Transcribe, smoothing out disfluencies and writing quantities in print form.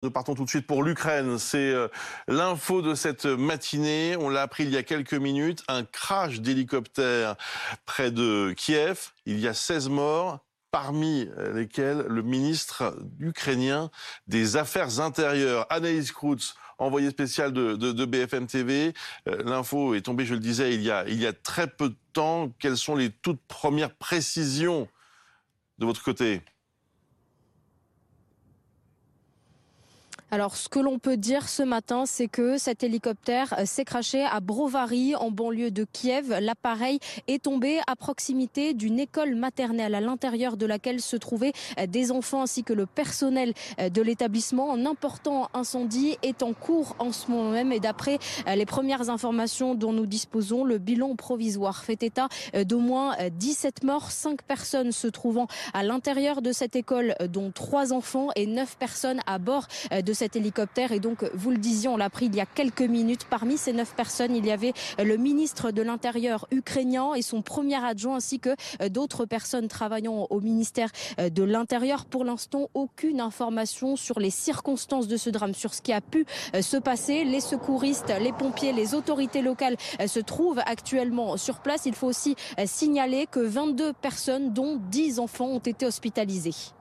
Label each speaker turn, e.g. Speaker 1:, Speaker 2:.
Speaker 1: Nous partons tout de suite pour l'Ukraine. C'est l'info de cette matinée. On l'a appris il y a quelques minutes. Un crash d'hélicoptère près de Kiev. Il y a 16 morts, parmi lesquels le ministre ukrainien des Affaires intérieures, Anaïs Kroutz, envoyé spécial de BFM TV. L'info est tombée, je le disais, il y a très peu de temps. Quelles sont les toutes premières précisions de votre côté ?
Speaker 2: Alors, ce que l'on peut dire ce matin, c'est que cet hélicoptère s'est crashé à Brovary, en banlieue de Kiev. L'appareil est tombé à proximité d'une école maternelle à l'intérieur de laquelle se trouvaient des enfants ainsi que le personnel de l'établissement. Un important incendie est en cours en ce moment même et d'après les premières informations dont nous disposons, le bilan provisoire fait état d'au moins 17 morts, 5 personnes se trouvant à l'intérieur de cette école, dont 3 enfants et 9 personnes à bord de cet hélicoptère. Et donc, vous le disiez, on l'a appris il y a quelques minutes. Parmi ces 9 personnes, il y avait le ministre de l'Intérieur ukrainien et son premier adjoint, ainsi que d'autres personnes travaillant au ministère de l'Intérieur. Pour l'instant, aucune information sur les circonstances de ce drame, sur ce qui a pu se passer. Les secouristes, les pompiers, les autorités locales se trouvent actuellement sur place. Il faut aussi signaler que 22 personnes, dont 10 enfants, ont été hospitalisées.